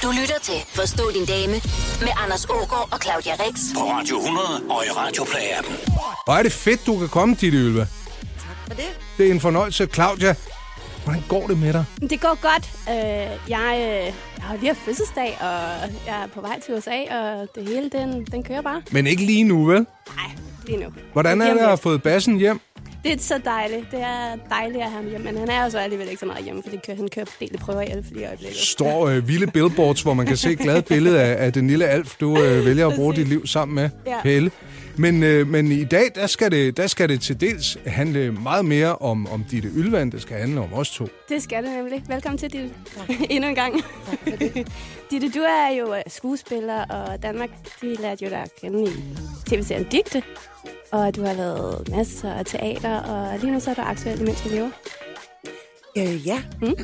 Du lytter til Forstå din dame med Anders Aagaard og Claudia Rix. På Radio 100 og i Radioplay-appen. Og er det fedt, du kan komme, Ditte Ylva. Tak for det. Det er en fornøjelse. Claudia, hvordan går det med dig? Det går godt. Jeg har lige haft fødselsdag, og jeg er på vej til USA, og det hele, den kører bare. Men ikke lige nu, vel? Nej, lige nu. Hvordan er det at have fået bassen hjem? Det er så dejligt. Det er dejligt at have ham hjem, men han er jo så alligevel ikke så meget hjemme, fordi han kører delte prøver i Alf lige i øjeblikket. Står vilde billboards, hvor man kan se et glad billede af den lille Alf, du vælger at bruge dit liv sammen med, ja. Pelle. Men i dag, der skal det til dels handle meget mere om Ditte Ylva, det skal handle om os to. Det skal det nemlig. Velkommen til, Ditte. Endnu en gang. Tak for det. Ditte, du er jo skuespiller, og Danmark, de lærte jo dig at kende i tv-serien Digte. Og du har lavet masser af teater, og lige nu så er du aktuel i Mens vi lever. Ja.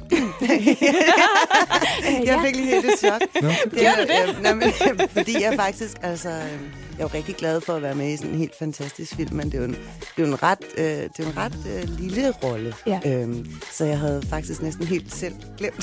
Jeg fik lige helt et chok. Fordi jeg faktisk, jeg er jo rigtig glad for at være med i sådan en helt fantastisk film, men det er jo en ret lille rolle. Ja. Så jeg havde faktisk næsten helt selv glemt,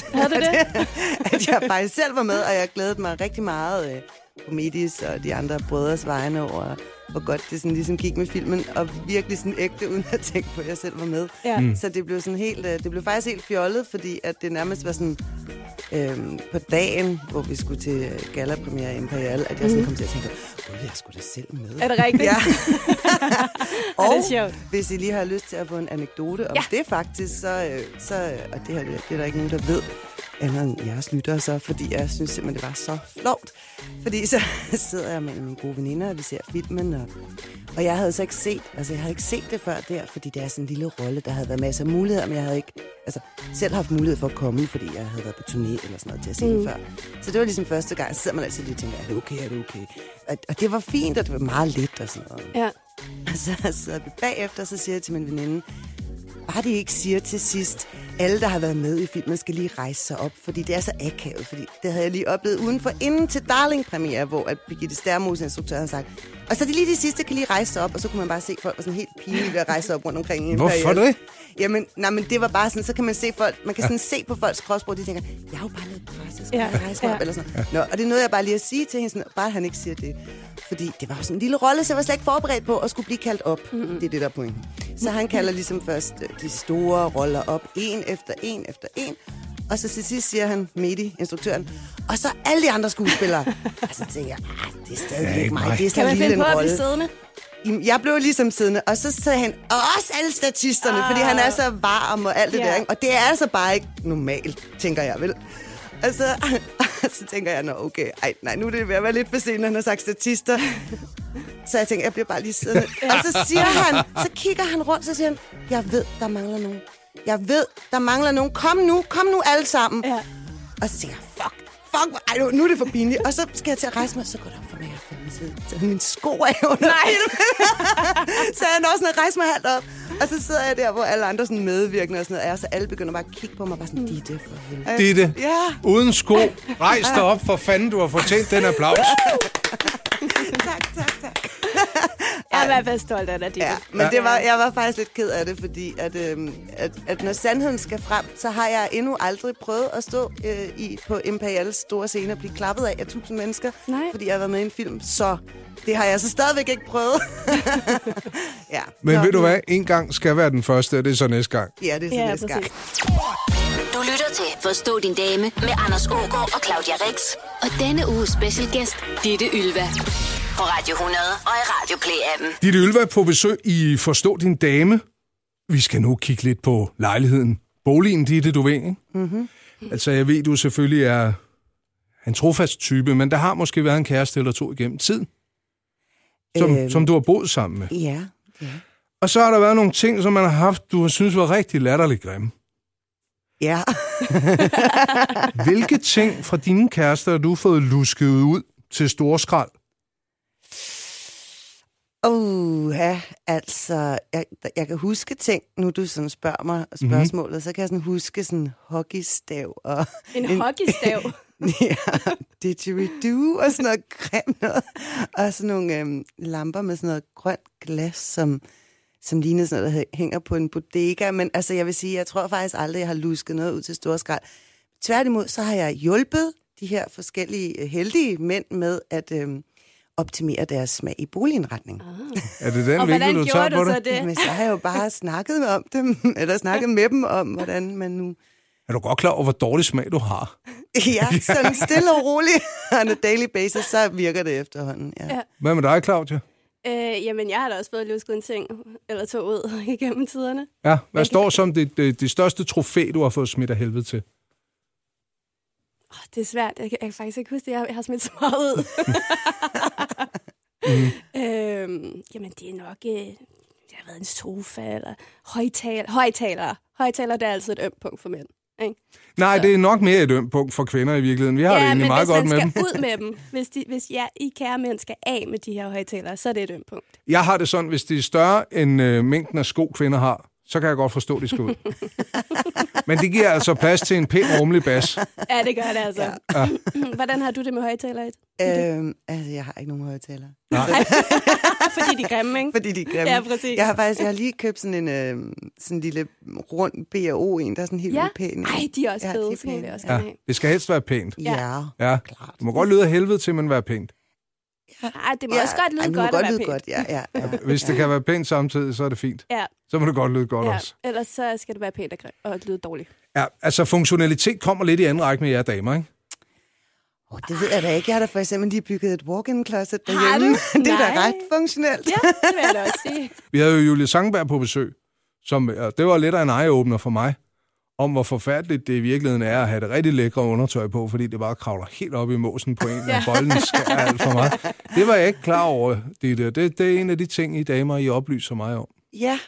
at jeg faktisk selv var med, og jeg glædede mig rigtig meget på Medis og de andre brødres vegne over, hvor godt det sådan ligesom gik med filmen, og virkelig sådan ægte, uden at tænke på, at jeg selv var med. Ja. Så det blev sådan helt, det blev faktisk helt fjollet, fordi at det nærmest var sådan på dagen, hvor vi skulle til gala-premiere i Imperial, at jeg sådan kom til at tænke, jeg skulle da selv med. Er det rigtigt? Ja. Og det er sjovt. Hvis I lige har lyst til at få en anekdote om det faktisk, så og det er der ikke nogen, der ved, end jeres lyttere så, fordi jeg synes simpelthen, det var så flovt. Fordi så sidder jeg med mine gode veninder, og vi ser filmen, og jeg havde så ikke set, jeg havde ikke set det før der, fordi det er sådan en lille rolle, der havde været masser af muligheder, men jeg havde ikke selv haft mulighed for at komme, fordi jeg havde været på turné eller sådan noget til at se det før. Så det var ligesom første gang, så sidder man altid lige og tænker, er det okay? Og det var fint, og det var meget let og sådan noget. Ja. Og så sidder vi bagefter, og så siger jeg til min veninde, bare de ikke siger til sidst, alle, der har været med i filmen, skal lige rejse sig op, fordi det er så akavet, fordi det havde jeg lige oplevet udenfor inden til Darling-premiere, hvor at Birgitte Stærmos, instruktøren, havde sagt, og så de lige de sidste kan lige rejse sig op, og så kunne man bare se folk var sådan helt pinlige ved at rejse sig op rundt omkring i en Hvorfor periode. det? Jamen, det var bare sådan, så kan man se folk, man kan sådan se på folks kropssprog, de tænker, jeg har jo bare lavet pres, jeg skal rejse mig op, eller sådan noget. Nå, og det er noget, jeg bare lige at sige til hende, sådan, bare han ikke siger det. Fordi det var sådan en lille rolle, så jeg var slet ikke forberedt på at skulle blive kaldt op. Det er det, der er pointen. Så han kalder ligesom først de store roller op, en efter en. Og så til sidst siger han, Medi, instruktøren, og så alle de andre skuespillere. Og så tænker jeg, det er stadig ikke mig. Det er så kan man lille finde på en at rolle. blive siddende? Jeg blev ligesom siddende, og så sagde han, og også alle statisterne, fordi han er så varm og alt det der. Ikke? Og det er altså bare ikke normalt, tænker jeg vel. Og så tænker jeg, okay, nu er det ved at være lidt for sent, han har sagt statister. Så jeg tænker, jeg bliver bare lige siddende. Og så siger han, så kigger han rundt, så siger han, jeg ved, der mangler nogen. Kom nu alle sammen. Ja. Og så tænker jeg, fuck, nu er det for pinligt. Og så skal jeg til at rejse mig, så går det op for mig, så min sko er under filmen. Så jeg når sådan at rejse mig halvt op. Og så sidder jeg der, hvor alle andre sådan medvirkende og sådan noget er, så alle begynder bare at kigge på mig, bare sådan, Ditte, for helvede. Ditte, ja. Uden sko, rejs dig op, for fanden, du har fortjent den applaus. Tak. Jeg er i hvert fald stolt af dig, Ditte. Ja, men jeg var faktisk lidt ked af det, fordi at når sandheden skal frem, så har jeg endnu aldrig prøvet at stå på Imperials store scene og blive klappet af 1000 mennesker, fordi jeg har været med i en film. Så det har jeg så stadigvæk ikke prøvet. Ja. Men ved du hvad? En gang skal være den første, og det er så næste gang. Ja, det er så næste gang. Du lytter til Forstå din dame med Anders Aagaard og Claudia Rix. Og denne uges specialgæst, Ditte Ylva. På Radio 100 og i Radioplay-appen. Ditte Ylva er på besøg i Forstå din dame. Vi skal nu kigge lidt på lejligheden. Boligen, Ditte, du ved, ikke? Mm-hmm. Altså, jeg ved, du selvfølgelig er en trofast type, men der har måske været en kæreste eller to igennem tiden, som du har boet sammen med. Ja. Og så har der været nogle ting, som man har haft, du har synes var rigtig latterligt grimme. Ja. Hvilke ting fra dine kærester har du fået lusket ud til storskrald? Jeg kan huske ting, nu du sådan spørger mig spørgsmålet, så kan jeg sådan huske sådan hockeystav og... En hockeystav? Ja, didgeridoo og sådan noget grimt noget. Og sådan nogle lamper med sådan noget grønt glas, som ligner sådan noget, der hænger på en bodega. Men altså, jeg vil sige, jeg tror faktisk aldrig, jeg har lusket noget ud til storskrald. Tværtimod, så har jeg hjulpet de her forskellige heldige mænd med at optimere deres smag i boligindretning. Er det den Og vinkel, hvordan du tager gjorde på du så det? det? Jamen, så har jeg jo bare snakket om dem, eller snakket med dem om, hvordan man nu... Er du godt klar over, hvor dårlig smag du har? Ja, sådan stille og roligt on a daily basis, så virker det efterhånden. Ja. Hvad med dig, Claudia? Jamen, jeg har da også fået lusket en ting eller to ud igennem tiderne. Ja, hvad står som det største trofæ, du har fået smidt af helvede til? Det er svært. Jeg kan faktisk ikke huske, at jeg har smidt så meget ud. Jamen, det er nok... Jeg har været en sofa eller højtalere. Højtalere, det er altid et ømt punkt for mænd. Ikke? Nej, det er nok mere et ømt punkt for kvinder i virkeligheden. Vi har det egentlig meget godt med dem. Ja, men hvis man skal ud med dem, hvis I kære mænd skal af med de her højtalere, så er det et ømt punkt. Jeg har det sådan, hvis det er større end mængden af sko, kvinder har, så kan jeg godt forstå, at de skal ud. Men det giver altså plads til en pæn rummelig bas. Ja, det gør det altså. Ja. Hvordan har du det med højtalere? Altså, jeg har ikke nogen højtalere. Fordi de er grimme, ikke? Fordi de er grimme. Ja, præcis. Jeg har lige købt sådan en lille rund B&O, en der er sådan helt pæn. Nej, de er også fede, de så vil jeg også gerne have. Det skal helst være pænt. Ja, klart. Du må godt lyde af helvede til, men være pænt. Ja, det må også godt lyde godt at være pænt. Godt, ja. Hvis det kan være pænt samtidig, så er det fint. Ja. Så må det godt lyde godt også. Ellers så skal det være pænt og lyde dårligt. Ja, altså funktionalitet kommer lidt i anden række med jer damer, ikke? Det ved jeg da ikke. Jeg har da for eksempel lige bygget et walk-in closet derhjemme. Har du? Det er da ret funktionelt. Ja, det vil jeg da også sige. Vi havde jo Julie Sangenberg på besøg, det var lidt af en eye-opener for mig, om hvor forfærdeligt det i virkeligheden er at have det rigtig lækre undertøj på, fordi det bare kravler helt op i måsen på en, og bolden skærer alt for meget. Det var jeg ikke klar over. Det er en af de ting, I damer, I oplyser mig om. Ja.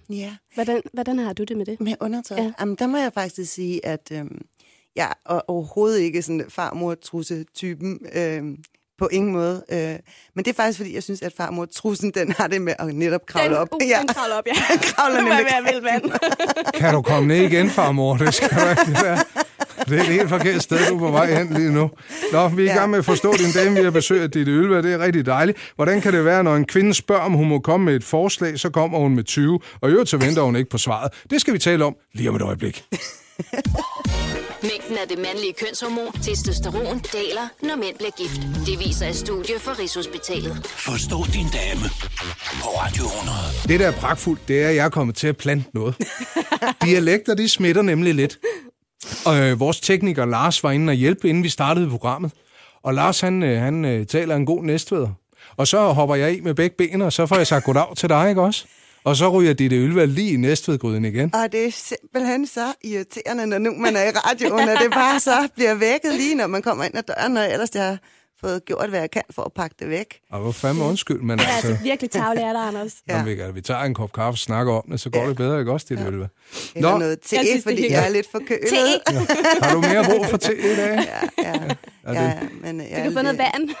Hvordan har du det med det? Med undertøj? Ja. Jamen, der må jeg faktisk sige, at jeg er overhovedet ikke sådan farmor-trusse-typen. På ingen måde. Men det er faktisk, fordi jeg synes, at farmor-trussen, den har det med at netop kravle op. Den kravler op, ja. Den kravler nemlig vildt vand. Kan du komme ned igen, farmor? Det skal være det der. Det er et helt forkert sted, du er på vej hen lige nu. Nå, vi er i gang med at forstå din dame. Vi har besøgt Ditte Ylva. Det er rigtig dejligt. Hvordan kan det være, når en kvinde spørger, om hun må komme med et forslag, så kommer hun med 20, og i øvrigt så venter hun ikke på svaret. Det skal vi tale om lige om et øjeblik. Mængden af det mandlige kønshormon, testosteron, daler, når mænd bliver gift. Det viser et studie fra Rigshospitalet. Forstå din dame på Radio 100. Det, der er pragtfuldt, det er, at jeg er kommet til at plante noget. Dialekter, de smitter nemlig lidt. Og vores tekniker Lars var inde og hjælpe, inden vi startede programmet. Og Lars, han taler en god næstveder. Og så hopper jeg i med begge ben, og så får jeg sagt goddag til dig, ikke også? Og så ryger Ditte Ylva lige i næstvedgryden igen. Og det er simpelthen så irriterende, når nu man er i radioen, og det bare så bliver vækket lige, når man kommer ind ad døren, og ellers jeg har fået gjort, hvad jeg kan for at pakke det væk. Og hvor fandme undskyld, men Ja, altså virkelig tavle er der, Anders. Ja. Vi tager en kop kaffe og snakker om det, så går det bedre, ikke også, Ditte Ylva? Eller noget te, fordi jeg er lidt forkølet. Te! Har du mere brug for te i dag? Ja, men Du kan få noget vand.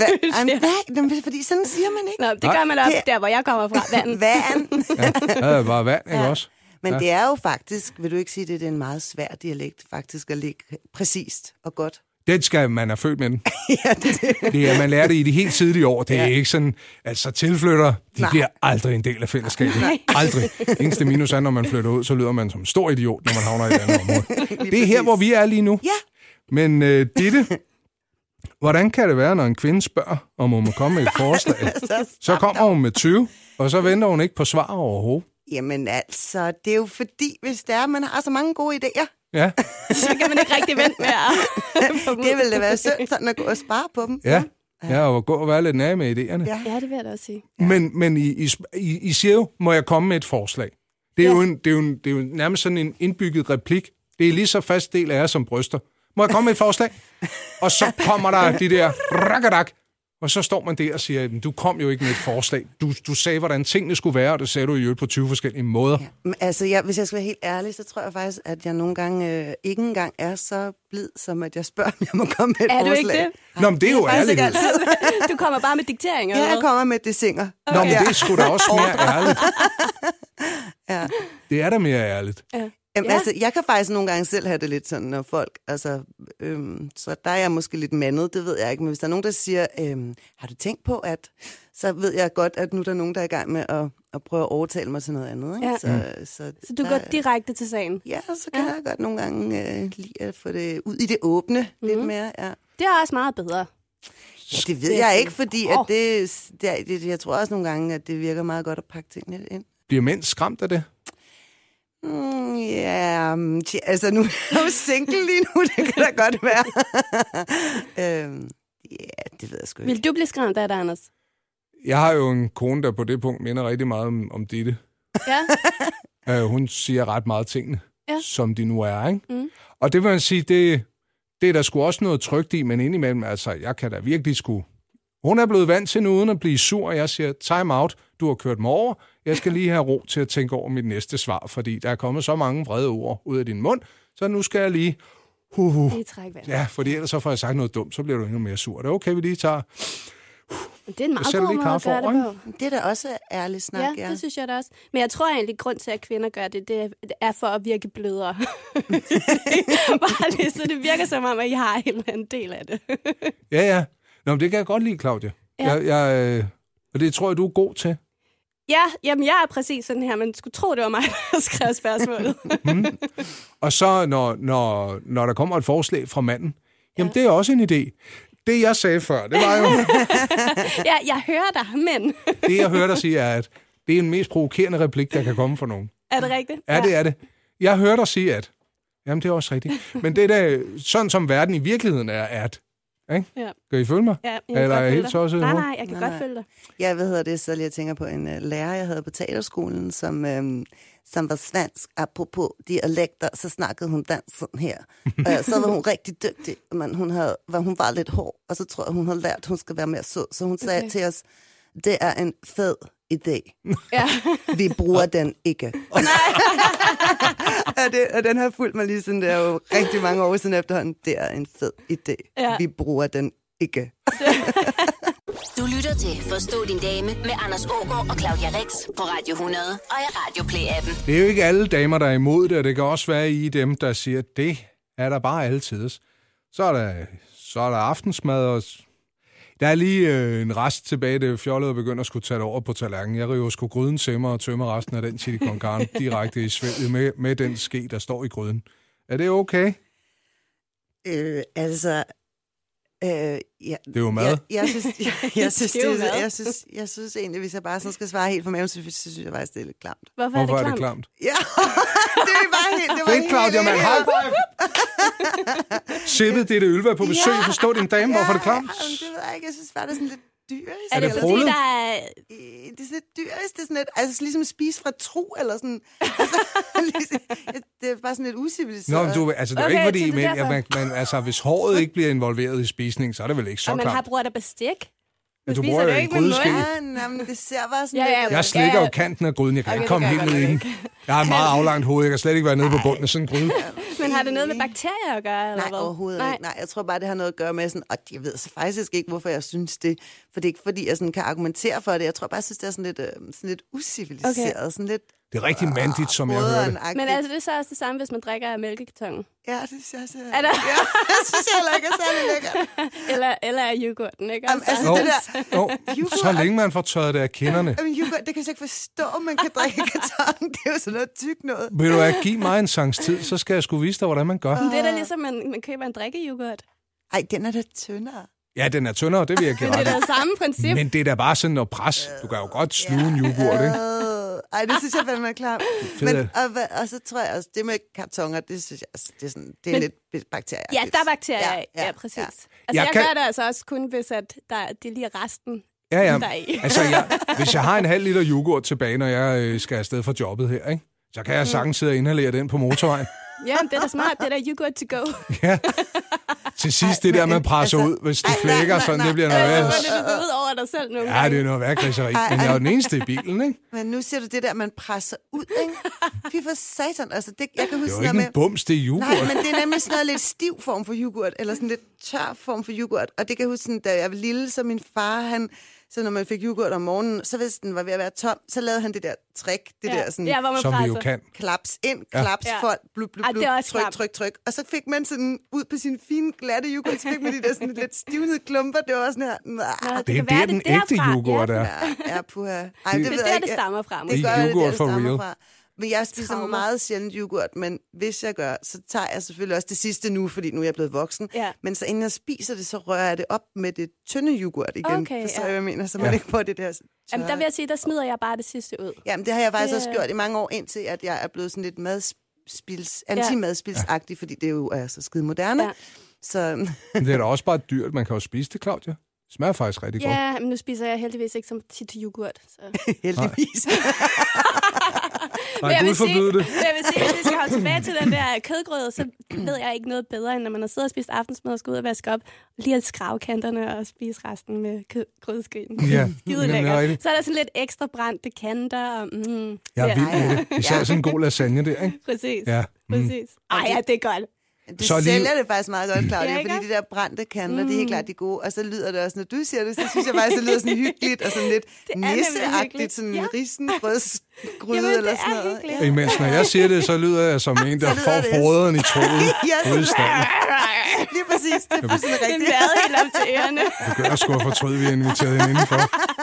Vand? Fordi sådan siger man ikke. Nå, det gør man op der, hvor jeg kommer fra. Vand. Vand. Ja, bare vand, ikke også? Men det er jo faktisk, vil du ikke sige, det er en meget svær dialekt, faktisk at ligge præcist og godt. Den skal man er født med den. Ja, Det er, man lærer det i de helt tidlige år. Det er ikke sådan, altså tilflytter, de bliver aldrig en del af fællesskabet. Aldrig. Eneste minus er, når man flytter ud, så lyder man som en stor idiot, når man havner i et andet område. Det er her, hvor vi er lige nu. Ja. Men Ditte, hvordan kan det være, når en kvinde spørger, om hun må komme med et forslag? Så kommer hun med 20, og så venter hun ikke på svar overhovedet. Jamen altså, det er jo fordi, hvis det er, man har så mange gode idéer, Ja. Så kan man ikke rigtig vente med at... det vil da være synd sådan at gå og spare på dem. Ja, og gå og være lidt nær med idéerne. Ja, det vil jeg da også sige. Men I siger jo, må jeg komme med et forslag? Det er, det er jo nærmest sådan en indbygget replik. Det er lige så fast del af jer som bryster. Må jeg komme med et forslag? Og så kommer der de der rakadak. Og så står man der og siger, du kom jo ikke med et forslag. Du sagde, hvordan tingene skulle være, og det sagde du jo på 20 forskellige måder. Ja. Men altså, hvis jeg skal være helt ærlig, så tror jeg faktisk, at jeg nogle gange ikke engang er så blid, som at jeg spørger, om jeg må komme med et forslag. Er du ikke det? Nå, men det er jo ærligt. Du kommer bare med dikteringer? Ja, jeg kommer med det singer. Okay. Nå, men det er sgu da også mere ærligt. Ja. Det er da mere ærligt. Ja. Jamen, altså, jeg kan faktisk nogle gange selv have det lidt sådan, når folk, altså, så der er jeg måske lidt mandet, det ved jeg ikke, men hvis der er nogen, der siger, har du tænkt på, at, så ved jeg godt, at nu er der nogen, der er i gang med at prøve at overtale mig til noget andet. Ikke? Ja. Så du går direkte til sagen? Ja, så kan jeg godt nogle gange lide at få det ud i det åbne lidt mere, ja. Det er også meget bedre. Ja, det ved jeg ikke, fordi at jeg tror også nogle gange, at det virker meget godt at pakke tingene ind. Bliver mænd skræmt af det? Altså nu er jeg jo single lige nu, det kan da godt være. Det ved jeg sgu ikke. Vil du blive skræmt af det, Anders? Jeg har jo en kone, der på det punkt minder rigtig meget om Ditte. Ja. Hun siger ret meget tingene, som de nu er, ikke? Mm. Og det vil man sige, det er der sgu også noget trygt i, men indimellem, altså, jeg kan da virkelig sgu... Hun er blevet vant til nu, uden at blive sur, og jeg siger, time out, du har kørt mig over, jeg skal lige have ro til at tænke over mit næste svar, fordi der er kommet så mange vrede ord ud af din mund, så nu skal jeg lige... Lige trække vejret. Ja, fordi ellers så får jeg sagt noget dumt, så bliver du endnu mere sur. Det er okay, vi lige tager... Det er en meget god måde at gøre det på. Det er da også ærlig snak, ja. Det synes jeg da også. Men jeg tror egentlig, grund til, at kvinder gør det, det er for at virke blødere. Bare det, så det virker som om, at I har en eller anden del af det. Ja. Nå, men det kan jeg godt lide, Claudia. Ja. Og det tror jeg, du er god til. Ja, jamen jeg er præcis sådan her. Man skulle tro, det var mig, der skrev spørgsmålet. Og så, når der kommer et forslag fra manden, jamen det er også en idé. Det, jeg sagde før, det var jo... Ja, jeg hører dig, men... Det, jeg hørte dig sige, er, at det er den mest provokerende replik, der kan komme fra nogen. Er det rigtigt? Ja, det er det. Jeg hørte dig sige, at... Jamen, det er også rigtigt. Men det er da sådan, som verden i virkeligheden er, at... Ikke? Ja. Kan I følge mig? Ja, eller er helt tosset? Nej, jeg kan godt følge dig. Jeg så lige jeg tænker på en lærer, jeg havde på teaterskolen, som var svensk. Apropos dialekter, så snakkede hun dansk sådan her. Så var hun rigtig dygtig, men hun var lidt hård, og så tror jeg, hun havde lært, at hun skal være mere sød. Så hun sagde til os, det er en fed idé. Ja. Vi bruger den ikke. Og den har fulgt mig lige sådan, det er jo rigtig mange år siden efterhånden. Det er en fed idé. Ja. Vi bruger den ikke. Du lytter til Forstå din dame med Anders Aagaard og Claudia Rex på Radio 100 og i Radio Play-appen. Det er jo ikke alle damer, der er imod det, og det kan også være I dem, der siger, at det er der bare altid. Så er der aftensmad, og der er lige en rest tilbage, det fjollede og begynder at skulle tage det over på tallerkenen. Jeg river sgu gryden til mig og tømmer resten af den chili con carne direkte i svælget med den ske, der står i gryden. Er det okay? Ja, det er jo mad. Jeg synes egentlig, hvis jeg bare sådan skal svare helt for maven, så synes jeg faktisk, det er lidt klamt. Hvorfor er det klamt? Ja, det er bare helt... Det var helt Claudia, man. High five! Sippet, det er det Ylva på besøg. Forstå din dame, hvorfor er det klamt? Det ved jeg ikke. Jeg synes bare, det er sådan lidt dyrisk. Er det fordi, der er... Det er sådan lidt dyrisk. Det er sådan lidt... Altså ligesom at spise fra tro, eller sådan... det er bare sådan lidt uciviliseret. Nå, altså det er ikke fordi... Men altså, hvis håret ikke bliver involveret i spisning, så er det vel ikke så klamt. Og man har brugt af bestik. Ja, du bruger jo en grydeske. Ja, men det ser bare sådan lidt... Jeg slikker jo kanten af gryden. Jeg kan ikke komme helt ned i den. Jeg har et meget aflangt hoved. Jeg kan slet ikke være nede på bunden af sådan en gryde. Men har det noget med bakterier at gøre? Eller Nej, overhovedet ikke. Nej, jeg tror bare, det har noget at gøre med sådan... Og jeg ved så faktisk ikke, hvorfor jeg synes det. For det er ikke, fordi jeg sådan kan argumentere for det. Jeg tror bare, jeg synes, det er sådan lidt uciviliseret. Okay. Sådan lidt... Det er rigtig mandigt, som jeg hører det. Men altså, det er så også det samme, hvis man drikker af mælkekartonen? Ja, det synes jeg også. Er der? Ja, det synes jeg heller ikke er særlig lækkert. Eller af yoghurten, ikke? Altså, det der... Så længe man får tørret det af kinderne. Yoghurt, det kan jeg ikke forstå, man kan drikke karton. Det er jo sådan noget tyk noget. Vil du ikke give mig en sangs tid, så skal jeg sgu vise dig, hvordan man gør. Det er da ligesom, man køber en drikkeyoghurt. Ej, den er da tyndere. Ja, den er tyndere, det vil jeg give ret. Men det er det samme princip. Men det er da bare sådan noget pres. Du kan jo godt sluge en yoghurt, ikke? Ej, det synes jeg fandme er klart. Men, og så tror jeg også, det med kartoner, det synes jeg også, det er lidt bakterier. Ja, der er bakterier. Ja, præcis. Ja. Altså, jeg gør det altså også kun, hvis at det er lige resten, der er i. Altså, hvis jeg har en halv liter yoghurt tilbage, når jeg skal afsted fra jobbet her, ikke? Så kan jeg sagtens sidde og inhalere den på motorvejen. Ja, det er da smart. Det er da yoghurt to go. Ja. Til sidst det der, man presser ud, hvis det flækker sådan, det bliver noget værd. Det går ud over dig selv nogle gange. Ja, det er noget værd griseri. Men jeg er jo den eneste i bilen, ikke? Men nu siger du det der, man presser ud, ikke? Fy for satan. Altså, jeg kan huske det er jo ikke en bums, det er yoghurt. Nej, men det er nemlig sådan noget lidt stiv form for yoghurt, eller sådan lidt tør form for yoghurt. Og det kan jeg huske, da jeg var lille, så min far, så når man fik yoghurt om morgenen, så hvis den var ved at være tom, så lavede han det der trick, der sådan, hvor man som vi jo kan. Klaps ind, klaps folk, blub, tryk. Og så fik man sådan ud på sin fine, glatte yoghurt, så fik man de der sådan lidt stivnede klumper. Det var sådan her. Det er der, den ægte yoghurt er. Ja, puha. Det er der, det stammer fra. Det er yoghurt for real. men jeg spiser meget sjældent yoghurt, men hvis jeg gør, så tager jeg selvfølgelig også det sidste nu, fordi nu er jeg blevet voksen. Ja. Men så inden jeg spiser det, så rører jeg det op med det tynde yoghurt igen. Okay, så jeg mener, så man ikke får det der tørre. Jamen, der vil jeg sige, der smider jeg bare det sidste ud. Jamen, det har jeg faktisk også gjort i mange år, indtil at jeg er blevet sådan lidt anti-madspilsagtig, fordi det jo er så skide moderne. Ja. Så det er da også bare dyrt. Man kan jo spise det, Claudia. Det smager faktisk rigtig godt. Ja, men nu spiser jeg heldigvis ikke så tit yoghurt. Så. Heldigvis. Nej, Gud forbyde det. Jeg vil sige, hvis vi skal holde tilbage til den der kødgrød, så ved jeg ikke noget bedre, end når man har siddet og spist aftensmad og skal ud og vaske op, lige at skrave kanterne og spise resten med grødskyen. Ja, skide lækkert. Så er der sådan lidt ekstra brændte kanter. Og, jeg er vild med det. Især sådan en god lasagne der, ikke? Præcis. Ja. Præcis. Ej, ja, det er godt. Du sælger det faktisk meget godt, Claudia, fordi de der brændte kanter, det er helt klart de gode. Og så lyder det også, når du siger det, så synes jeg faktisk, det lyder sådan hyggeligt og sådan lidt nisseagtigt, sådan en risengrødsgryde eller sådan noget. Ja. Imens når jeg siger det, så lyder jeg som en, der får froderen i tråden. Lige præcis, det er fuldstændig rigtigt. Det er helt op til ørerne. Det gør jeg sgu at fortryde, vi er inviteret hende indenfor.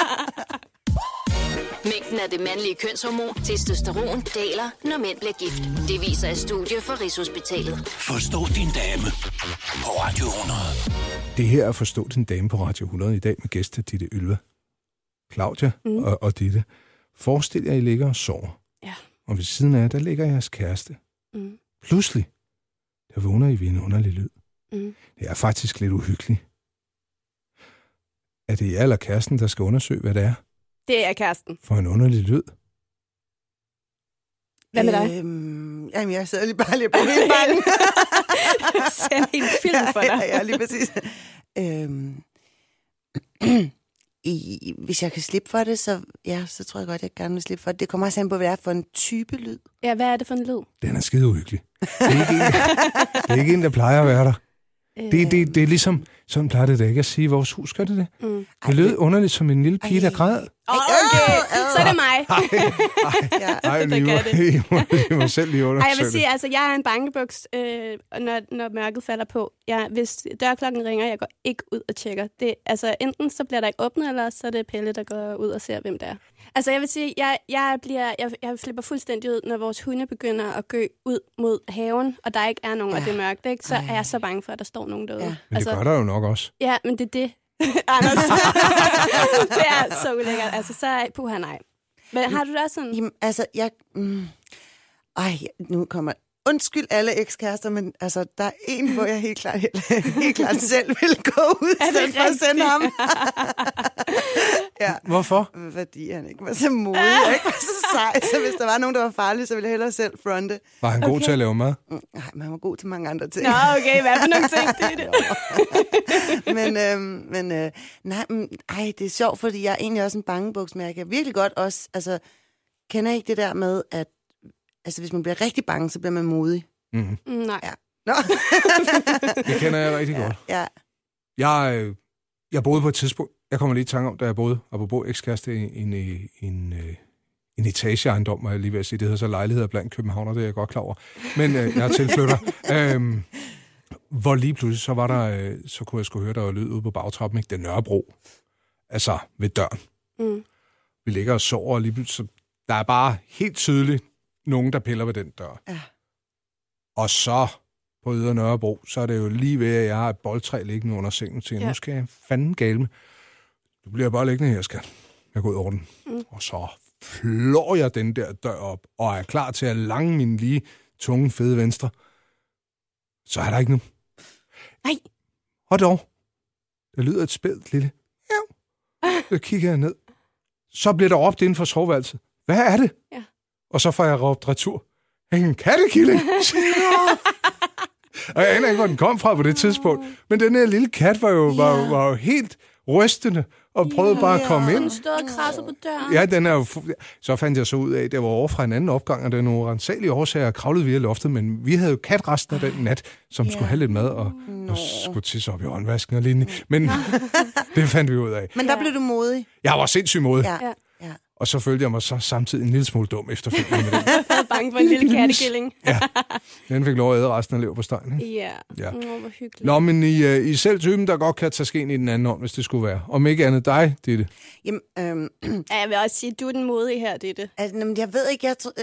Mængden af det mandlige kønshormon, testosteron, daler, når mænd bliver gift. Det viser et studie fra Rigshospitalet. Forstå din dame på Radio 100. Det her er at forstå din dame på Radio 100 i dag med gæster Ditte Ylva, Claudia og Ditte. Forestil jer, I ligger og sover. Ja. Og ved siden af, der ligger jeres kæreste. Pludselig, der vågner I ved en underlig lyd. Det er faktisk lidt uhyggeligt. Er det jer eller kæresten, der skal undersøge, hvad det er? Det er kæresten. For en underlig lyd. Hvad med dig? Jamen, jeg sidder lige på helt bange. Send en film for dig. Ja, lige præcis. Hvis jeg kan slippe for det, så tror jeg godt, jeg gerne vil slippe for det. Det kommer også an på, hvad det er for en type lyd. Ja, hvad er det for en lyd? Den er skide uhyggelig. Det er ikke en, der plejer at være der. Det er ligesom, sådan plejer det da ikke at sige i vores hus, gør det det? Det lød underligt som en lille pige, der græd. Okay, så er det mig. I må selv lige undersøge. Jeg vil sige, altså, jeg er en bankebuks, når mørket falder på. Hvis dørklokken ringer, jeg går ikke ud og tjekker. Det, altså, enten så bliver der ikke åbnet, eller så er det Pelle, der går ud og ser, hvem det er. Altså, jeg vil sige, jeg flipper fuldstændig ud, når vores hunde begynder at gø ud mod haven, og der ikke er nogen, og det er mørkt, ikke? Så er jeg så bange for, at der står nogen derude. Ja. Men det gør der jo nok også. Ja, men det er det. Anders. Det er så ulækkert. Altså, så puha nej. Men har du da sådan... Jamen, altså, nu kommer... Undskyld alle ekskærester, men altså, der er en, hvor jeg helt klart selv vil gå ud, i stedet for at sende ham. Ja. Hvorfor? Fordi han ikke var så modig, og ikke var så sej. Så hvis der var nogen, der var farlige, så ville jeg hellere selv fronte. Var han god til at lave mad? Nej, men han var god til mange andre ting. Nå, okay, hvad for nogle ting det det er sjovt, fordi jeg er egentlig også en bangebuks, men jeg kan virkelig godt også, altså, kender ikke det der med, at altså, hvis man bliver rigtig bange, så bliver man modig. Mm-hmm. Nej. Ja. Nå. Det kender jeg rigtig godt. Ja. Jeg boede på et tidspunkt, jeg kommer lige i tanke om, da jeg boede, apropos ekskæreste, i en etageejendom, må jeg lige ved at sige. Det hedder så lejligheder blandt københavner, det er jeg godt klar over. Men jeg er tilflytter. Hvor lige pludselig, så var der, så kunne jeg sgu høre, der var lyd ude på bagtrappen, ikke? Det er Nørrebro. Altså, ved døren. Vi ligger og sover, og lige pludselig, der er bare helt tydeligt nogen, der piller ved den dør. Ja. Og så på Ydre Nørrebro, så er det jo lige ved, at jeg har et boldtræ liggende under sengen til. Nu skal jeg fanden galme. Du bliver bare liggende her, skat. Jeg går ud over den. Og så flår jeg den der dør op, og er klar til at lange min lige tunge, fede venstre. Så er der ikke nu. Nej. Og dog. Der lyder et spædt lille. Så kigger jeg ned. Så bliver der råbt inden for soveværelset. Hvad er det? Ja. Og så får jeg råbt retur. En kattekilling. Og jeg aner ikke, hvor den kom fra på det tidspunkt. Men den her lille kat var jo helt rystende og prøvede bare at komme ind. Den stod og krassede på døren. Ja, den er jo... Så fandt jeg så ud af, at det var over fra en anden opgang, og det var nogle rensagelige årsager, jeg kravlede via loftet, men vi havde jo kat resten af den nat, som skulle have lidt mad og skulle tisse op i håndvasken og lignende. Men det fandt vi ud af. Men der blev du modig. Jeg var sindssygt modig. Ja. Og så følte jeg mig så samtidig en lille smule dum efterfølgende med den. Jeg var bange for en lille kattekilling. Ja, den fik lov at æde resten af leverpostejen. Ja, hvor hyggeligt. Nå, men I selv typen, der godt kan tage skeen i den anden hånd, hvis det skulle være. Om ikke andet dig, Ditte. Jamen, jeg vil også sige, at du er den modige her, Ditte. Altså, jeg ved ikke,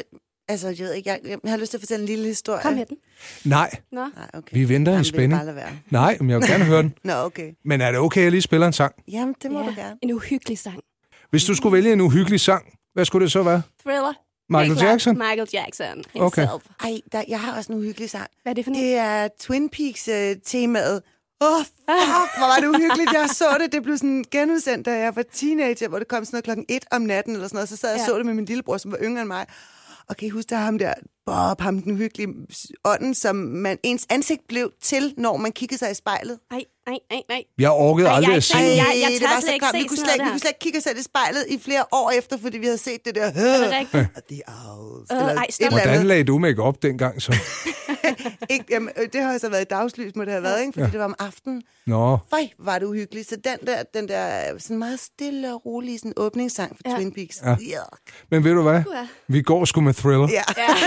Altså, jeg ved ikke, jeg har lyst til at fortælle en lille historie. Kom med den. Nej, Nå. Nej, okay. vi venter i Jamen, spænding. Bare lade være. Nej, men jeg vil gerne høre den. Nå, okay. Men er det okay, at jeg lige spiller en sang? Jamen, det må du gerne. En uhyggelig sang. Hvis du skulle vælge en uhyggelig sang, hvad skulle det så være? Thriller. Michael Helt klart. Jackson? Michael Jackson Okay. himself. Ej, jeg har også en uhyggelig sang. Hvad er det for noget? Det er Twin Peaks-temaet. Fuck, hvor var det uhyggeligt. Jeg så det. Det blev sådan genudsendt, da jeg var teenager, hvor det kom sådan noget klokken 1 om natten, eller sådan noget. Så sad jeg og så det med min lillebror, som var yngre end mig. Og kan I huske, der ham der, Bob, ham den uhyggelige ånden, som ens ansigt blev til, når man kiggede sig i spejlet. Nej. Jeg orkede aldrig at se jeg den. tør det var slet ikke klamt. se Vi kunne sådan noget slet ikke kigge os selv i spejlet i flere år efter, fordi vi havde set det der. Er det rigtigt? The Owls. Ej, stop. Hvordan lagde du make op dengang så? Ikke, jamen, det har så været i dagslys, må det have været, ikke? Fordi det var om aftenen. Nå, Føj, var det uhyggeligt. Så den der sådan meget stille og rolig sådan åbningssang for Twin Peaks. Ja. Men ved du hvad? Vi går sgu med Thriller. Ja.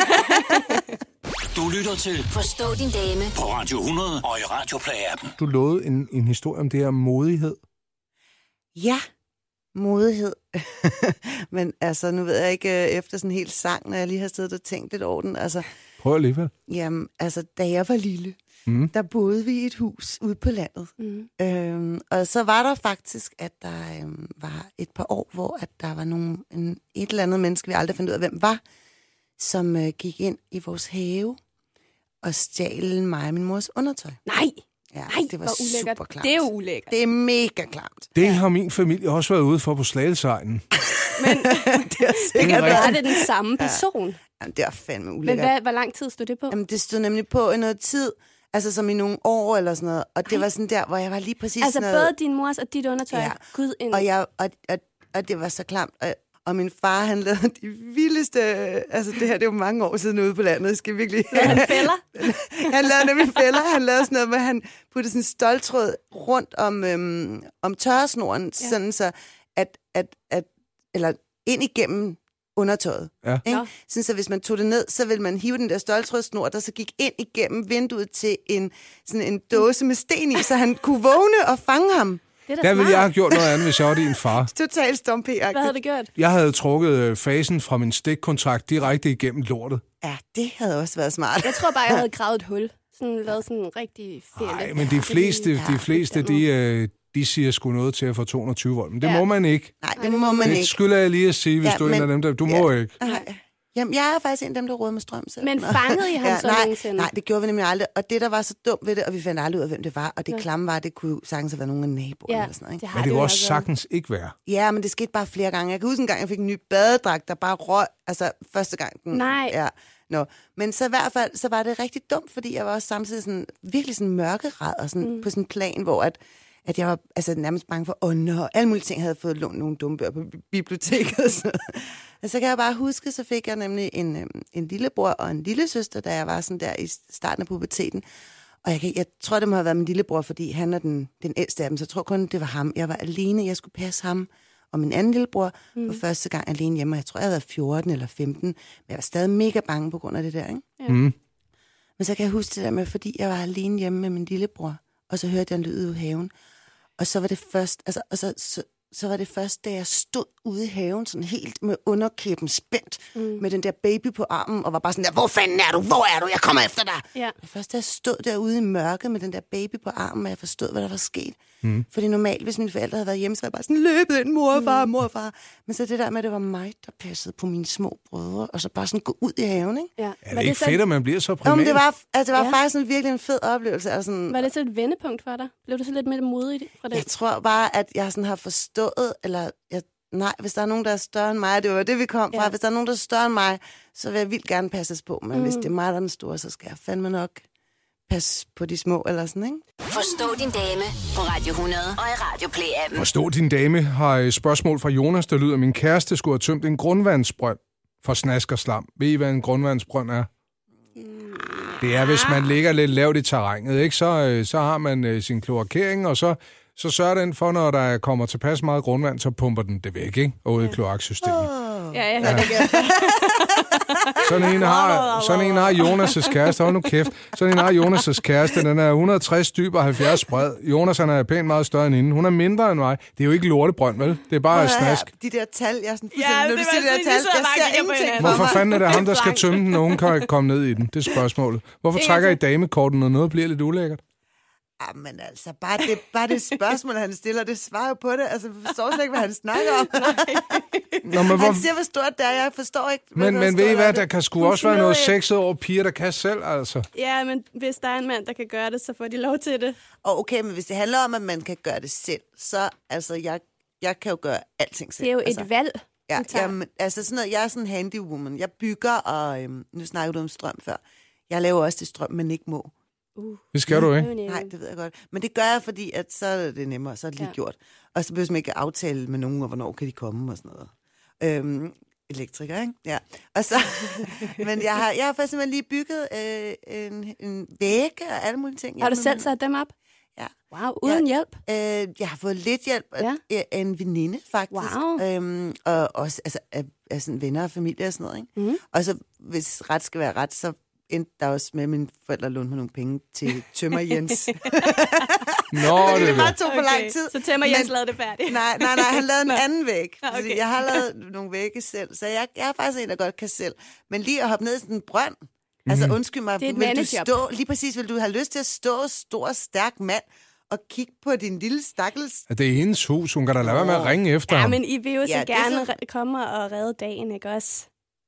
Du lytter til Forstå din dame. på Radio 100 og i Radio Play-appen. Du lovede en historie om det her modighed. Ja, modighed. Men altså, nu ved jeg ikke efter sådan en hel sang, når jeg lige har siddet og tænkt lidt over den. Altså, Prøv alligevel. jamen, altså, da jeg var lille, der boede vi i et hus ude på landet. Og så var der faktisk, at der var et par år, hvor at der var et eller andet menneske, vi aldrig fandt ud af, hvem var, som gik ind i vores have og stjal mig og min mors undertøj. Nej. Ja, Nej, det var hvor ulækkert. super klamt. Det er jo ulækkert. Det er mega klamt. Det har min familie også været ude for på Slagelsegnen. Men Det er sikkert. er det den samme person? Jamen, det var fandme Men ulækkert. hvor lang tid stod det på? Jamen, det stod nemlig på i noget tid, altså som i nogle år eller sådan noget. Og det var sådan der, hvor jeg var lige præcis Altså sådan noget... både din mors og dit undertøj? Ja. Gud, Og det var så klamt. Og min far, han lavede de vildeste... Altså, det her, det er jo mange år siden ude på landet. Jeg skal virkelig... han fælder? Han lavede nemlig fælder. Han lavede sådan noget med, at han puttede sådan en ståltråd rundt om tørresnoren, sådan så eller ind igennem undertøjet. Ja. Ikke? Sådan så hvis man tog det ned, så ville man hive den der ståltrådsnor, der så gik ind igennem vinduet til en dåse med sten i, så han kunne vågne og fange ham. Det er da Der ville smart. jeg have gjort noget andet, hvis jeg var din far. Totalt stompé-agtigt. Hvad havde du gjort? Jeg havde trukket fasen fra min stikkontrakt direkte igennem lortet. Ja, det havde også været smart. Jeg tror bare, jeg havde gravet et hul. Sådan lavet sådan en rigtig fælde. Nej, men de fleste de siger sgu noget til at få 220 volt. Men det må man ikke. Nej, det må man Det ikke. skylder jeg lige at sige, hvis du er en af dem, der... Du må ikke. Nej. Jamen, jeg er faktisk en af dem, der råder med strøm selv. Men fangede I ham så nogensinde? Nej, det gjorde vi nemlig aldrig. Og det, der var så dumt ved det, og vi fandt aldrig ud af, hvem det var, og det klamme var, det kunne sagtens have været nogle af naboerne eller sådan noget. Ikke? Men det kunne også sagtens ikke være. Ja, men det skete bare flere gange. Jeg kan huske en gang, jeg fik en ny badedragt, der bare røg, altså første gang. Nej. Ja. No. Men så i hvert fald, så var det rigtig dumt, fordi jeg var også samtidig sådan, virkelig sådan mørkeret og sådan, på sådan en plan, hvor at jeg var altså, nærmest bange for ånder, og alle mulige ting. Jeg havde fået lånt nogle dumme bøger på biblioteket. Og så kan jeg bare huske, så fik jeg nemlig en lillebror og en lillesøster, da jeg var sådan der i starten af puberteten. Og jeg tror, det må have været min lillebror, fordi han er den ældste af dem, så jeg tror kun, det var ham. Jeg var alene, jeg skulle passe ham og min anden lillebror for første gang alene hjemme. Jeg tror, jeg havde været 14 eller 15, men jeg var stadig mega bange på grund af det der, ikke? Ja. Men så kan jeg huske det der med, fordi jeg var alene hjemme med min lillebror, og så hørte jeg en lyd ude i haven. Og så var det først, så var det først, da jeg stod ude i haven, sådan helt med underkæben spændt, med den der baby på armen, og var bare sådan der, hvor fanden er du? Hvor er du? Jeg kommer efter dig! Ja. Og først da jeg stod derude i mørket med den der baby på armen, og jeg forstod, hvad der var sket. Fordi normalt, hvis mine forældre havde været hjemme, så var jeg bare sådan løbet ind, morfar. Men så det der med, at det var mig, der passede på mine små brødre, og så bare sådan gå ud i haven, ikke? Ja. Er det ikke fedt, at man bliver så primal? Jo, men det var faktisk sådan virkelig en fed oplevelse. Altså sådan, Var det så et vendepunkt for dig? Blev du så lidt mere modig fra det? jeg tror bare, at jeg sådan har forstået, eller nej, hvis der er nogen, der er større end mig, det var det, vi kom fra. Hvis der er nogen, der er større end mig, så vil jeg vildt gerne passes på. Men hvis det er mig, der er den store, så skal jeg fandme nok passe på de små, eller sådan, ikke? Forstå din dame på Radio 100 og i Radio Play-appen. Forstå din dame har et spørgsmål fra Jonas, der lyder, min kæreste skulle have tømt en grundvandsbrønd for snask og slam. Ved I, hvad en grundvandsbrønd er? Det er, hvis man ligger lidt lavt i terrænet, ikke? Så har man sin kloakering, og så sørger den for, når der kommer tilpas meget grundvand, så pumper den det væk, ikke? Og ud i kloaksystemet. Ja. Sådan en har Jonas' kæreste. Hold nu kæft. Sådan en har Jonas' kæreste. Den er 160 dyb og 70 bred. Jonas, han er pænt meget større end hende. Hun er mindre end mig. Det er jo ikke lortebrønd, vel? Det er bare snask. De der tal, jeg er sådan Ja, når du siger de der tal, jeg ser ingenting. Hvorfor fanden er det ham, der skal tømme den, når hun kan komme ned i den? Det er spørgsmålet. Hvorfor trækker I damekorten, når noget bliver lidt ulækkert? Men altså, bare det spørgsmål, han stiller, det svarer jo på det. Altså, jeg forstår slet ikke, hvad han snakker om. Nå, men han siger, hvor stort det er. Jeg forstår ikke, men ved I hvad, der kan sgu også være noget sexet over piger, der kan selv, altså. Ja, men hvis der er en mand, der kan gøre det, så får de lov til det. Og okay, men hvis det handler om, at man kan gøre det selv, så altså, jeg kan jo gøre alting selv. Det er jo altså, et valg. Ja, jamen, altså sådan noget, jeg er sådan en handywoman. Jeg bygger, og nu snakker du om strøm før. Jeg laver også det strøm, men ikke må. Det skal du ikke. Nej, det ved jeg godt. Men det gør jeg, fordi at så er det nemmere, så er det lige gjort. Og så behøver man ikke aftale med nogen, og hvornår kan de komme og sådan noget. Elektriker, ikke? Ja. Og så, men jeg har faktisk simpelthen lige bygget en vægge og alle mulige ting. Har du selv sat dem op? Ja. Wow, uden hjælp? Jeg har fået lidt hjælp af en veninde, faktisk. Wow. Og også altså, af sådan venner og familie og sådan noget. Ikke? Mm-hmm. Og så, hvis ret skal være ret, så endte der også med, at mine forældre lånte mig nogle penge til Tømmer Jens. Nå, det bare tog for lang tid. Så Tømmer Jens lavede det færdigt? Nej, han lavede en anden væg. Okay. Jeg har lavet nogle vægge selv, så jeg er faktisk en, der godt kan selv. Men lige at hoppe ned i sådan en brønd, altså undskyld mig, lige præcis, vil du have lyst til at stå stor, stærk mand og kigge på din lille stakkels... Det er hendes hus, hun kan da lade være med at ringe efter ham. Ja, men I vil jo så gerne komme og redde dagen, ikke også?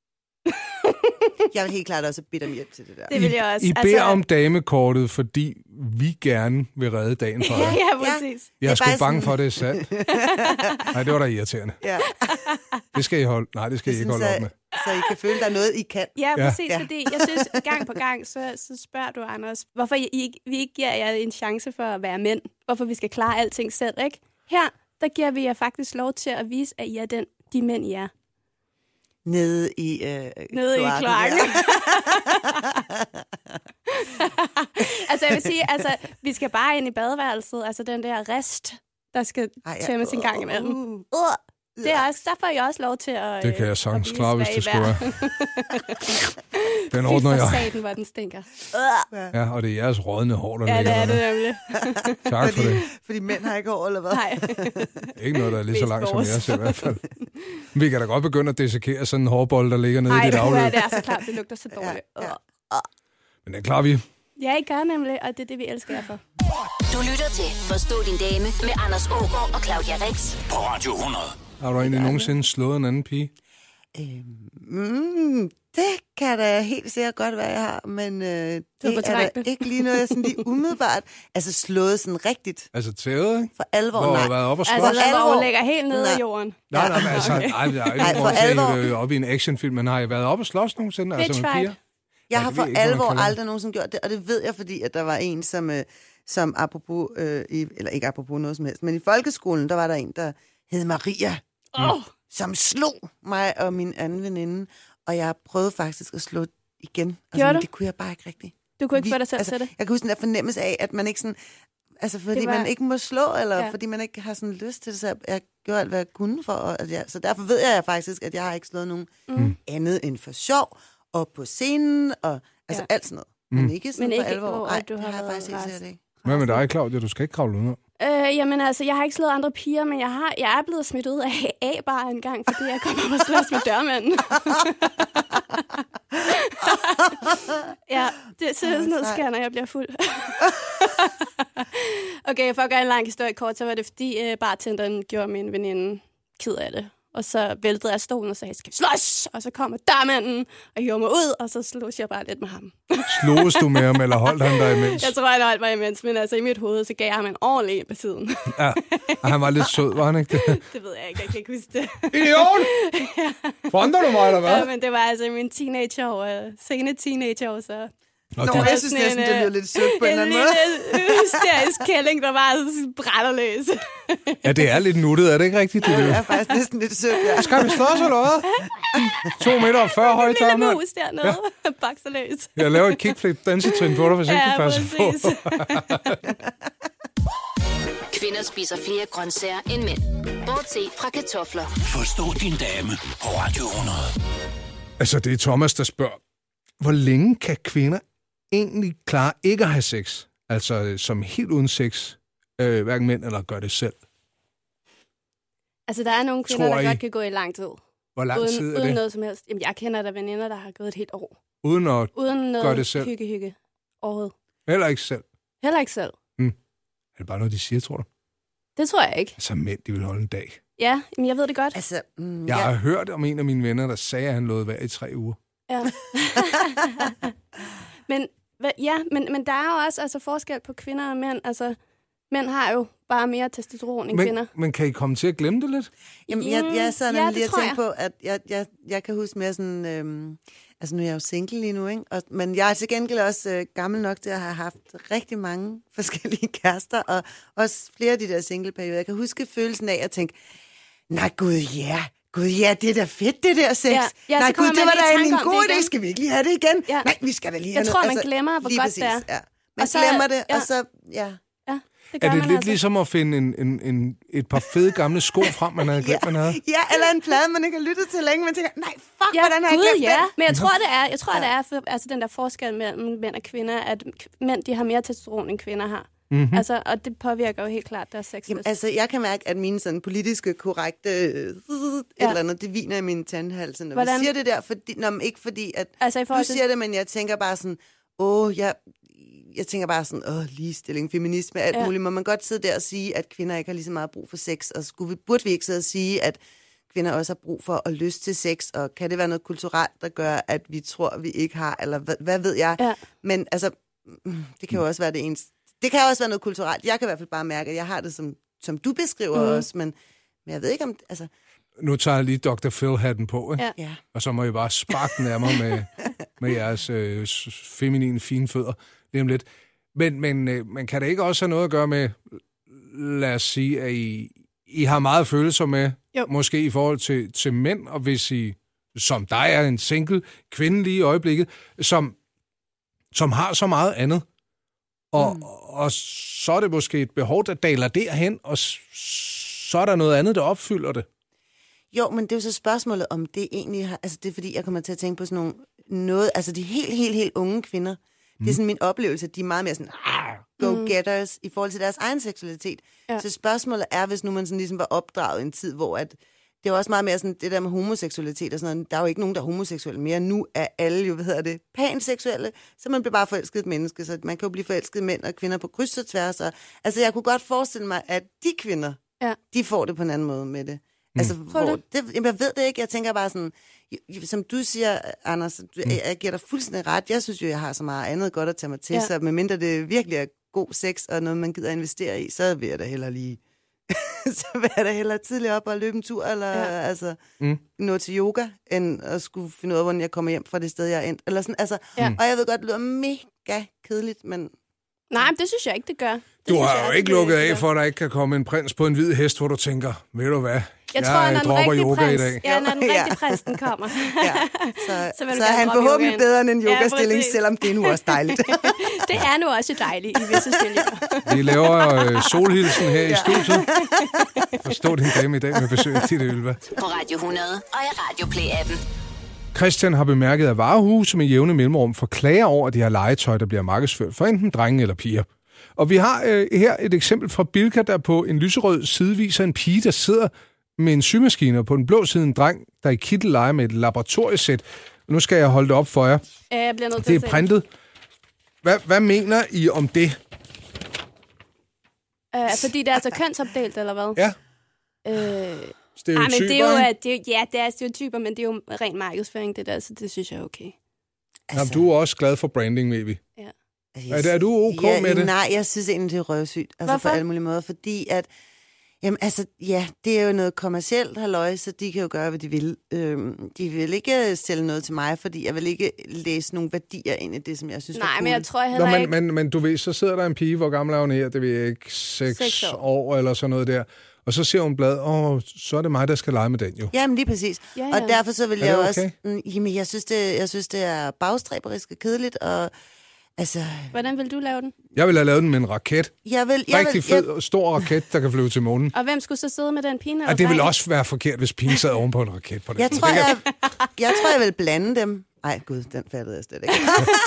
Jeg vil helt klart også bede om hjælp til det der. Det vil jeg også. I beder om damekortet, fordi vi gerne vil redde dagen for jer. Ja, præcis. Jeg er sgu bange for, at det er sandt. Nej, det var da irriterende. Ja. Det skal I holde. Nej, det skal I ikke holde op med. Så I kan føle, der er noget, I kan. Ja, præcis. Ja. Fordi jeg synes, gang på gang, så spørger du, Anders, hvorfor vi ikke giver jer en chance for at være mænd. Hvorfor vi skal klare alting selv, ikke? Her, der giver vi jer faktisk lov til at vise, at I er de mænd, I er. Nede i kloakken. Altså, jeg vil sige, vi skal bare ind i badeværelset. Altså, den der rest, der skal tømmes en gang imellem. Det er også, der får I også lov til at... Det kan jeg sagtens klare, hvis det skulle være. Den ordner jeg. Saten, hvor den stinker. Ja, og det er jeres rådne hår, der ligger der. Ja, det er det nemlig. Tak for det. Fordi mænd har ikke hår, eller hvad? Nej. Ikke noget, der er lige så langt som jeg ser i hvert fald. Vi kan da godt begynde at dissekere sådan en hårbold, der ligger nede i dit afløb. Nej, det er så klart, det lugter så dårligt. Ja. Men det klarer vi. Ja, I gør nemlig, og det er det, vi elsker jer for. Du lytter til Forstå din dame med Anders Ågaard og Claudia Rix. På Radio 100. Har du egentlig nogensinde slået en anden pige? Det kan da helt sikkert godt være, jeg har, men det er da ikke lige noget, jeg sådan lige umiddelbart... Altså slået sådan rigtigt. Altså tævet, ikke? For alvor, nej. Hvor har været op og slås? Altså hvor hun ligger helt nede i jorden. Nej, men altså... Nej, for alvor. Op i en actionfilm, men har I været op og slås nogensinde? Altså med piger? Jeg har for alvor aldrig nogensinde gjort det, og det ved jeg, fordi at der var en, som apropos... eller ikke apropos noget som helst, men i folkeskolen, der var der en, der hed Maria, som slog mig og min anden veninde, og jeg prøvede faktisk at slå igen. Altså, men det kunne jeg bare ikke rigtigt. Du kunne ikke få dig selv til det? Jeg kan huske den der fornemmelse af, at man ikke sådan... Altså, fordi man ikke må slå, eller fordi man ikke har sådan lyst til det, så jeg gjorde alt, hvad jeg kunne for. Så derfor ved jeg faktisk, at jeg har ikke slået nogen andet end for sjov, og på scenen, og alt sådan noget. Men ikke sådan for alvor. Nej, det har jeg faktisk ikke set det. Hvad med dig, Claudia? Du skal ikke kravle ud. Jamen altså, jeg har ikke slået andre piger, men jeg er blevet smidt ud af A-bar en gang, fordi jeg kom op og slås med dørmanden. Ja, det er sådan noget sker, når jeg bliver fuld. Okay, for at gøre en lang historie kort, så var det fordi bartenderen gjorde min veninde ked af det. Og så væltede jeg stolen og sagde, skal vi slås? Og så kom dørmanden og gjorde mig ud, og så slås jeg bare lidt med ham. Slås du med ham, eller holdt han dig imens? Jeg tror, han holdt mig imens, men altså i mit hoved, så gav jeg ham en ordentlig en på siden. Ja, og han var lidt sød, var han ikke det? Det ved jeg ikke, jeg kan ikke huske det. Idiot! Fonder du mig, eller hvad? Ja, men det var altså min teenageår, sene teenageår, så... Jeg synes næsten, det lyder lidt sødt på en eller anden måde. En lille hysterisk kælling, der bare brænder løs. Ja, det er lidt nuttet, er det ikke rigtigt? Det er faktisk næsten lidt sødt, ja. Skal vi slås eller hvad? 2 meter og 40 højt. En lille mus dernede, bakser løs. Jeg laver et kickflip dansetrin på dig, hvis ikke du passer på. Kvinder spiser flere grøntsager end mænd. Bortset fra kartofler. Forstå din dame på Radio 100. Altså, det er Thomas, der spørger, hvor længe kan kvinder egentlig klare ikke at have sex? Altså, som helt uden sex, hverken mænd eller gør det selv. Altså, der er nogle kvinder, der godt kan gå i lang tid. Hvor lang tid er det? Uden noget som helst. Jamen, jeg kender der veninder, der har gået et helt år. Uden at gøre det selv? Hygge. Overhovedet. Heller ikke selv? Heller ikke selv. Er det bare noget, de siger, tror du? Det tror jeg ikke. Altså, mænd, de vil holde en dag. Ja, men jeg ved det godt. Altså, jeg har hørt om en af mine venner, der sagde, at han lod være i 3 uger. Ja. men der er jo også altså, forskel på kvinder og mænd. Altså, mænd har jo bare mere testosteron end kvinder. Men kan I komme til at glemme det lidt? Jamen, jeg sad nemlig lige at tænke på, at jeg kan huske mere sådan... altså, nu er jeg jo single lige nu, ikke? Men jeg er til gengæld også gammel nok til at have haft rigtig mange forskellige kærester, og også flere af de der singleperioder. Jeg kan huske følelsen af at tænke, nej, gud ja, det er da fedt, det der sex. Ja, nej, gud, det var da en god idé. Skal vi ikke lige have det igen? Ja. Nej, vi skal da lige have jeg tror, noget. man glemmer, hvor godt det er. Ja. Man glemmer det, og så... Ja. Er det lidt ligesom at finde et par fede gamle sko frem, man havde glemt, man havde? Ja, eller en plade, man ikke har lyttet til længe, man tænker, nej, hvordan har jeg glemt den? Men jeg tror, det er for, altså, den der forskel mellem mænd og kvinder, at mænd de har mere testosteron, end kvinder har. Mm-hmm. Altså, og det påvirker jo helt klart deres sex. Jamen, altså, jeg kan mærke, at mine sådan politiske, korrekte eller andet, det viner i min tandhalse. Når vi siger det der, ikke fordi, at altså, du siger det, men jeg tænker bare sådan, jeg tænker bare sådan, ligestilling, feminisme, alt muligt. Må man godt sidde der og sige, at kvinder ikke har lige så meget brug for sex, og burde vi ikke sidde og sige, at kvinder også har brug for at lyst til sex, og kan det være noget kulturelt, der gør, at vi tror, vi ikke har, eller hvad ved jeg? Ja. Men altså, det kan jo også være det eneste. Det kan også være noget kulturelt. Jeg kan i hvert fald bare mærke, at jeg har det, som du beskriver også, men jeg ved ikke om... Altså... Nu tager jeg lige Dr. Phil-hatten på, ikke? Ja. Og så må I bare sparke den af mig med jeres feminine fine fødder lige om lidt. Men kan det ikke også have noget at gøre med, lad os sige, at I har meget følelser med, måske i forhold til mænd, og hvis I, som dig er en single kvinde lige i øjeblikket, som har så meget andet, og så er det måske et behov, der daler derhen, og så er der noget andet, der opfylder det. Jo, men det er jo så spørgsmålet, om det egentlig har... Altså, det er fordi, jeg kommer til at tænke på sådan noget... Altså, de helt unge kvinder, det er sådan min oplevelse, at de er meget mere sådan... go-getters i forhold til deres egen seksualitet. Ja. Så spørgsmålet er, hvis nu man sådan ligesom var opdraget i en tid, hvor at... Det er også meget mere sådan, det der med homoseksualitet og sådan noget. Der er jo ikke nogen, der er homoseksuelle mere. Nu er alle jo, panseksuelle, så man bliver bare forelsket et menneske. Så man kan jo blive forelsket mænd og kvinder på kryds og tværs. Altså, jeg kunne godt forestille mig, at de kvinder, de får det på en anden måde med det. Altså, jeg ved det ikke. Jeg tænker bare sådan, som du siger, Anders, jeg giver dig fuldstændig ret. Jeg synes jo, jeg har så meget andet godt at tage mig til, så medmindre det virkelig er god sex og noget, man gider investere i, så vil jeg da hellere lige... så vil jeg da hellere tidligere op og løbe en tur, eller nå til yoga, end at skulle finde ud af, hvordan jeg kommer hjem fra det sted, jeg er endt. Eller sådan, altså, og jeg ved godt, det lyder mega kedeligt, men... Nej, det synes jeg ikke, det gør. Du har jo ikke lukket af for, at der ikke kan komme en prins på en hvid hest, hvor du tænker, ved du hvad, jeg tror, når dropper yoga prins, i dag. Ja, når den rigtige prins, den kommer. Så er han forhåbentlig bedre end en yogastilling, selvom det er nu også dejligt. Det er nu også dejligt i visse stillinger. Vi laver solhilsen her i studiet. Forstå din dame i dag med besøg til det Ylva. På Radio 100 og i Radio Play-appen. Christian har bemærket, at varehuse med jævne mellemrum får klager over, at de har legetøj, der bliver markedsført for enten drenge eller piger. Og vi har her et eksempel fra Bilka, der på en lyserød side viser en pige, der sidder med en symaskine, og på den blå side en dreng, der i kittel leger med et laboratoriesæt. Nu skal jeg holde det op for jer. Jeg bliver nødt til det er printet. Hvad mener I om det? Fordi det er altså kønsopdelt, eller hvad? Ja. Stereotyper, men det er jo, det er stereotyper, men det er jo ren markedsføring, det der, så det synes jeg er okay. Altså, jamen, du er også glad for branding, maybe. Ja. Er du ok med det? Nej, jeg synes egentlig, det er røvsygt. Altså på alle mulige måder, fordi at... Jamen altså, det er jo noget kommercielt halløj, så de kan jo gøre, hvad de vil. De vil ikke sælge noget til mig, fordi jeg vil ikke læse nogle værdier ind i det, som jeg synes er cool. Nej, men jeg tror heller ikke... Men du ved, så sidder der en pige, hvor gammel er hun her? Det ved jeg ikke, 6 år eller sådan noget der. Og så ser hun bladet, så er det mig, der skal lege med den jo. Jamen lige præcis. Ja. Og derfor så vil jeg jo også... Jamen, jeg synes, det er bagstræberisk og kedeligt, og Altså... Hvordan vil du lave den? Jeg vil have lavet den med en raket. Rigtig fed og stor raket, der kan flyve til månen. Og hvem skulle så sidde med den pine? Og det vil også være forkert, hvis pigen sad oven på en raket. På den. Jeg tror, jeg vil blande dem. Ej, gud, den fattede jeg slet ikke.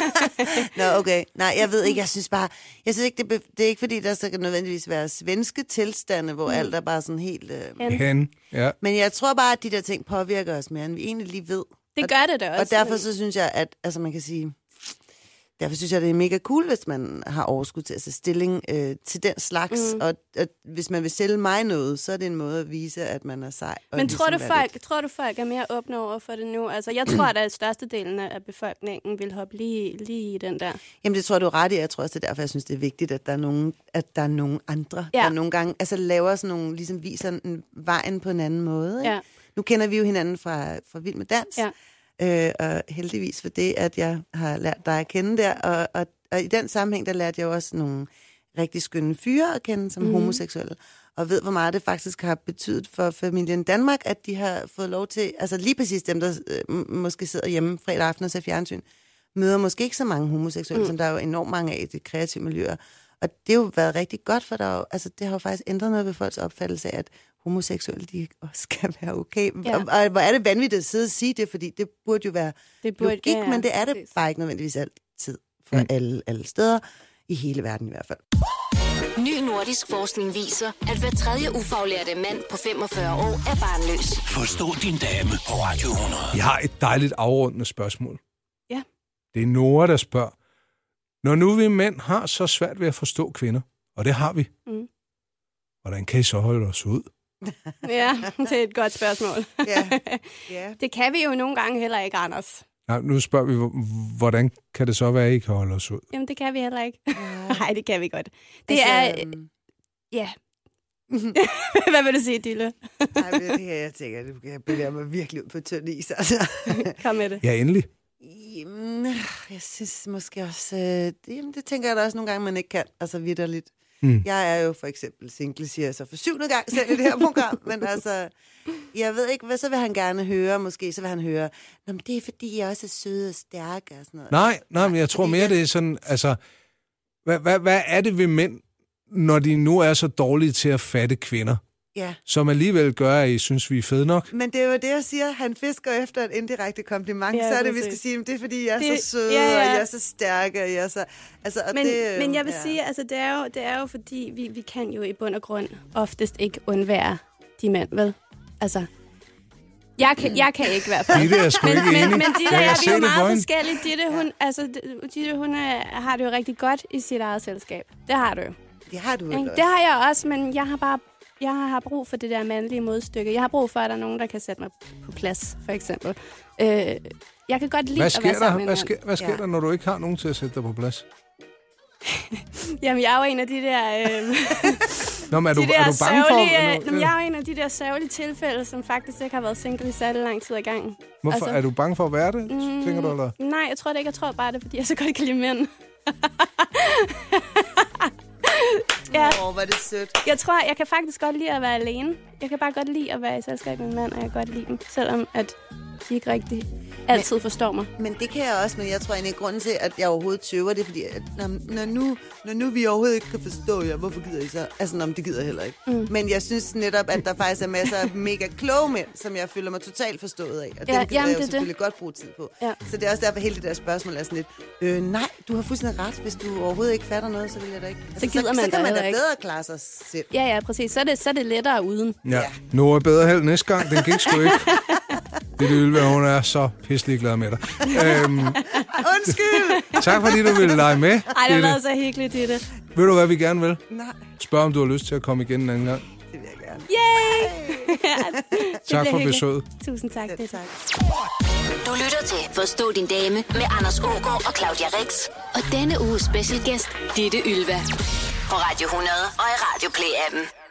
Nå, okay. Nej, jeg ved ikke. Jeg synes ikke, det er ikke fordi, der skal nødvendigvis være svenske tilstande, hvor alt er bare sådan helt... Hen, ja. Men jeg tror bare, at de der ting påvirker os mere, end vi egentlig lige ved. Det gør det da også. Og derfor så synes jeg, at altså man kan sige... Derfor synes jeg, det er mega cool, hvis man har overskud til at tage stilling til den slags. Og hvis man vil sælge mig noget, så er det en måde at vise, at man er sej. Men ligesom tror du, folk er mere åbne over for det nu? Altså, jeg tror, at størstedelen af befolkningen vil hoppe lige i den der. Jamen, det tror jeg, du er ret i. Jeg tror også, det er derfor, jeg synes, det er vigtigt, at der er nogen andre, der nogle gange laver sådan nogle, ligesom viser vejen på en anden måde. Ikke? Ja. Nu kender vi jo hinanden fra Vild med Dans. Ja. Og heldigvis for det, at jeg har lært dig at kende der. Og i den sammenhæng, der lærte jeg også nogle rigtig skønne fyre at kende som homoseksuelle. Og ved, hvor meget det faktisk har betydet for familien Danmark, at de har fået lov til, altså lige præcis dem, der måske sidder hjemme fredag aften og ser fjernsyn, møder måske ikke så mange homoseksuelle, som der er jo enormt mange af i det kreative miljøer. Og det har jo været rigtig godt, for det har jo faktisk ændret noget ved folks opfattelse af, at homoseksuelle, de også skal være okay. Ja. Og hvor er det vanvittigt at sidde og sige det, fordi det burde jo være logik, men det er det bare ikke nødvendigvis altid for alle steder, i hele verden i hvert fald. Ny nordisk forskning viser, at hver tredje ufaglærte mand på 45 år er barnløs. Forstå din dame på Radio 100. Jeg har et dejligt afrundende spørgsmål. Ja. Det er Nora, der spørger. Når nu vi mænd har så svært ved at forstå kvinder, og det har vi, hvordan kan I så holde os ud? Ja, det er et godt spørgsmål. Ja. Det kan vi jo nogle gange heller ikke, Anders. Nej, nu spørger vi, hvordan kan det så være, at I kan holde os ud? Jamen, det kan vi heller ikke. Nej, det kan vi godt. Det er... Ja. Hvad vil du sige, Dille? Nej, jeg tænker, at jeg bevæger mig virkelig ud på tynd is. Altså. Kom med det. Ja, endelig. Jamen, jeg synes måske også... det tænker jeg da også nogle gange, man ikke kan. Altså vitterligt. Jeg er jo for eksempel single, siger jeg så for 7. gang selv i det her program, men altså, jeg ved ikke, hvad så vil han gerne høre, måske så vil han høre, nå, men det er fordi, jeg også er sød og stærk og sådan noget. Nej, men jeg tror mere, det er sådan, altså, hvad er det ved mænd, når de nu er så dårlige til at fatte kvinder, som alligevel gør, at I synes, vi er fede nok? Men det er jo det, jeg siger, han fisker efter et indirekte kompliment, så er det, vi skal sige, det er fordi, jeg er så sød, og jeg er så stærk, og jeg er så... Altså, og men jeg vil sige, altså, det er jo fordi, vi kan jo i bund og grund oftest ikke undvære de mænd, vel? Altså... Jeg kan ikke i hvert fald. Ditte er sgu ikke enig. Men Ditte og jeg, vi er jo meget forskellige. Ditte, hun har det jo rigtig godt i sit eget selskab. Det har du jo. Det har du jo også. Det har jeg også, men jeg har brug for det der mandlige modstykke. Jeg har brug for, at der er nogen, der kan sætte mig på plads, for eksempel. Jeg kan godt lide at være sammen med en Hvad sker der, når du ikke har nogen til at sætte dig på plads? Jamen, jeg er jo en af de der... Nå, men er du bange for... Jeg er jo en af de der sørgelige tilfælde, som faktisk ikke har været single i særlig lang tid ad gangen. Hvorfor? Altså, er du bange for at være det, tænker du, eller? Nej, jeg tror det ikke. Jeg tror bare, det er, fordi jeg så godt kan lide mænd. Hvor er det sødt. Jeg kan faktisk godt lide at være alene. Jeg kan bare godt lide at være i selskab med en mand, og jeg kan godt lide dem, selvom at de ikke rigtig altid forstår mig. Men det kan jeg også, men jeg tror egentlig, at grunden til, at jeg overhovedet tøver det, fordi at, når nu vi overhovedet ikke kan forstå jer, hvorfor gider I så? Altså, det gider jeg heller ikke. Men jeg synes netop, at der faktisk er masser af mega kloge mænd, som jeg føler mig totalt forstået af. Og dem gider jeg jo selvfølgelig godt bruge tid på. Ja. Så det er også derfor, hele det der spørgsmål er sådan lidt, nej, du har fuldstændig ret. Hvis du overhovedet ikke fatter noget, så vil jeg da ikke. Altså, så kan man da bedre klare sig selv. Ja, præcis. Så er det lettere uden. Ja. Nu er bedre held næste gang. Den gik sgu ikke. Det Ylva, hun er så pisselig glad med dig. Undskyld! Tak fordi du ville lege med. Ej, det har været så hyggeligt, Ditte. Ved du, hvad vi gerne vil? Nej. Spørg, om du har lyst til at komme igen en anden gang. Det vil jeg gerne. Yay! Tak for besøget. Tusind tak. Det tak. Du lytter til Forstå din dame med Anders Ågaard og Claudia Rix. Og denne uges specialgæst, Ditte Ylva. På Radio 100 og i Radio Play-appen.